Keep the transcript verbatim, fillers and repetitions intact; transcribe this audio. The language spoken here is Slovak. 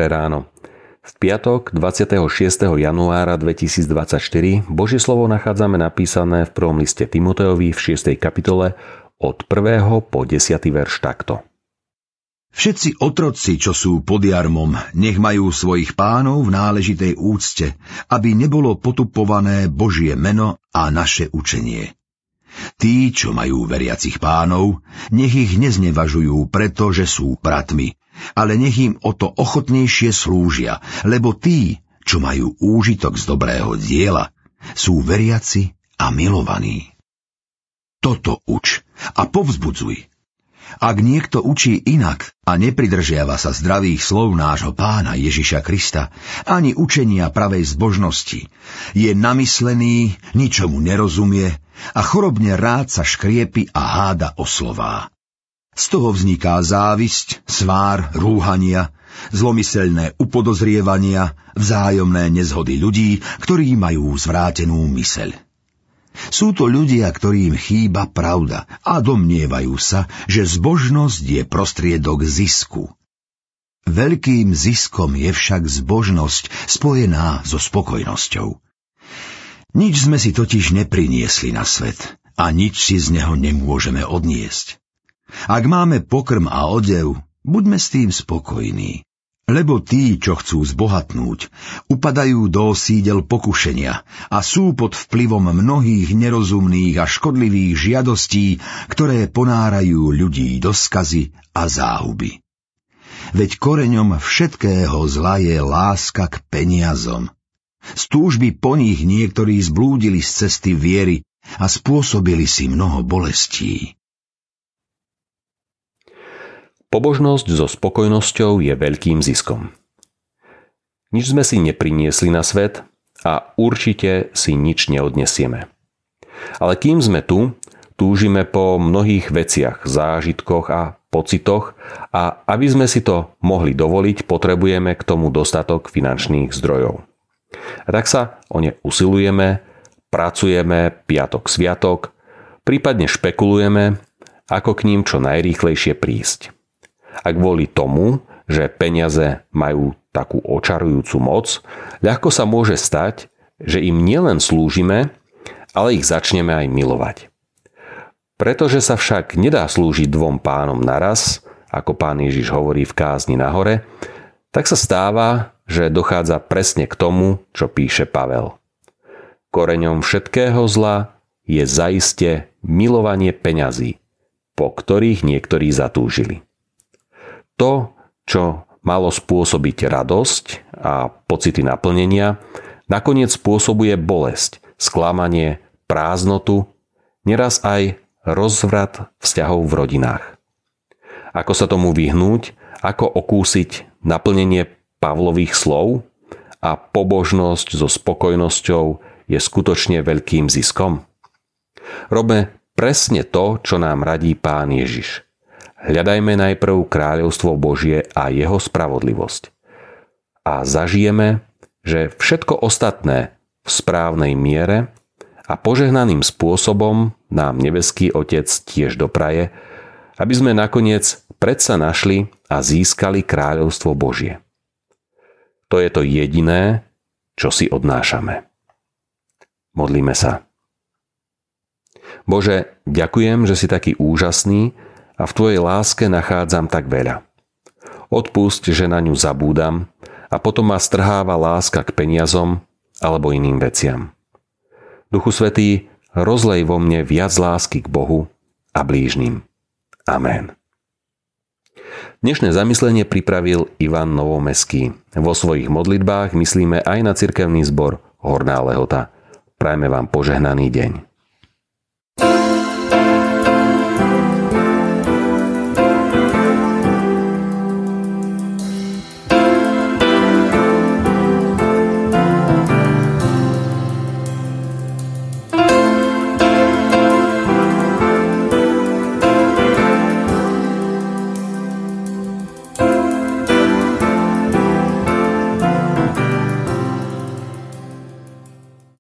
Dobré ráno. V piatok dvadsiateho šiesteho januára dvetisícdvadsaťštyri Božie slovo nachádzame napísané v prvom liste Timotejovi v šiestej kapitole od prvého po desiaty verš takto. Všetci otroci, čo sú pod jarmom, nech majú svojich pánov v náležitej úcte, aby nebolo potupované Božie meno a naše učenie. Tí, čo majú veriacich pánov, nech ich neznevažujú, pretože sú bratmi, ale nech im o to ochotnejšie slúžia, lebo tí, čo majú úžitok z dobrého diela, sú veriaci a milovaní. Toto uč a povzbudzuj. Ak niekto učí inak a nepridržiava sa zdravých slov nášho Pána Ježiša Krista, ani učenia pravej zbožnosti, je namyslený, ničomu nerozumie a chorobne rád sa škriepi a háda o slová. Z toho vzniká závisť, svár, rúhania, zlomyselné upodozrievania, vzájomné nezhody ľudí, ktorí majú zvrátenú myseľ. Sú to ľudia, ktorým chýba pravda a domnievajú sa, že zbožnosť je prostriedok zisku. Veľkým ziskom je však zbožnosť spojená so spokojnosťou. Nič sme si totiž nepriniesli na svet a nič si z neho nemôžeme odniesť. Ak máme pokrm a odev, buďme s tým spokojní. Lebo tí, čo chcú zbohatnúť, upadajú do sídel pokušenia a sú pod vplyvom mnohých nerozumných a škodlivých žiadostí, ktoré ponárajú ľudí do skazy a záhuby. Veď koreňom všetkého zla je láska k peniazom. Z túžby po nich niektorí zblúdili z cesty viery a spôsobili si mnoho bolestí. Pobožnosť so spokojnosťou je veľkým ziskom. Nič sme si nepriniesli na svet a určite si nič neodnesieme. Ale kým sme tu, túžime po mnohých veciach, zážitkoch a pocitoch a aby sme si to mohli dovoliť, potrebujeme k tomu dostatok finančných zdrojov. A tak sa o ne usilujeme, pracujeme piatok sviatok, prípadne špekulujeme, ako k ním čo najrýchlejšie prísť. A kvôli tomu, že peniaze majú takú očarujúcu moc, ľahko sa môže stať, že im nielen slúžime, ale ich začneme aj milovať. Pretože sa však nedá slúžiť dvom pánom naraz, ako pán Ježiš hovorí v kázni na hore, tak sa stáva, že dochádza presne k tomu, čo píše Pavel. Koreňom všetkého zla je zaiste milovanie peňazí, po ktorých niektorí zatúžili. To, čo malo spôsobiť radosť a pocity naplnenia, nakoniec spôsobuje bolesť, sklamanie, prázdnotu, neraz aj rozvrat vzťahov v rodinách. Ako sa tomu vyhnúť, ako okúsiť naplnenie Pavlových slov a pobožnosť so spokojnosťou je skutočne veľkým ziskom? Robme presne to, čo nám radí Pán Ježiš. Hľadajme najprv kráľovstvo Božie a jeho spravodlivosť. A zažijeme, že všetko ostatné v správnej miere a požehnaným spôsobom nám nebeský Otec tiež dopraje, aby sme nakoniec predsa našli a získali kráľovstvo Božie. To je to jediné, čo si odnášame. Modlíme sa. Bože, ďakujem, že si taký úžasný, a v Tvojej láske nachádzam tak veľa. Odpusť, že na ňu zabúdam a potom ma strháva láska k peniazom alebo iným veciam. Duchu Svätý, rozlej vo mne viac lásky k Bohu a blížnym. Amen. Dnešné zamyslenie pripravil Ivan Novomeský. Vo svojich modlitbách myslíme aj na cirkevný zbor Horná Lehota. Prajme vám požehnaný deň.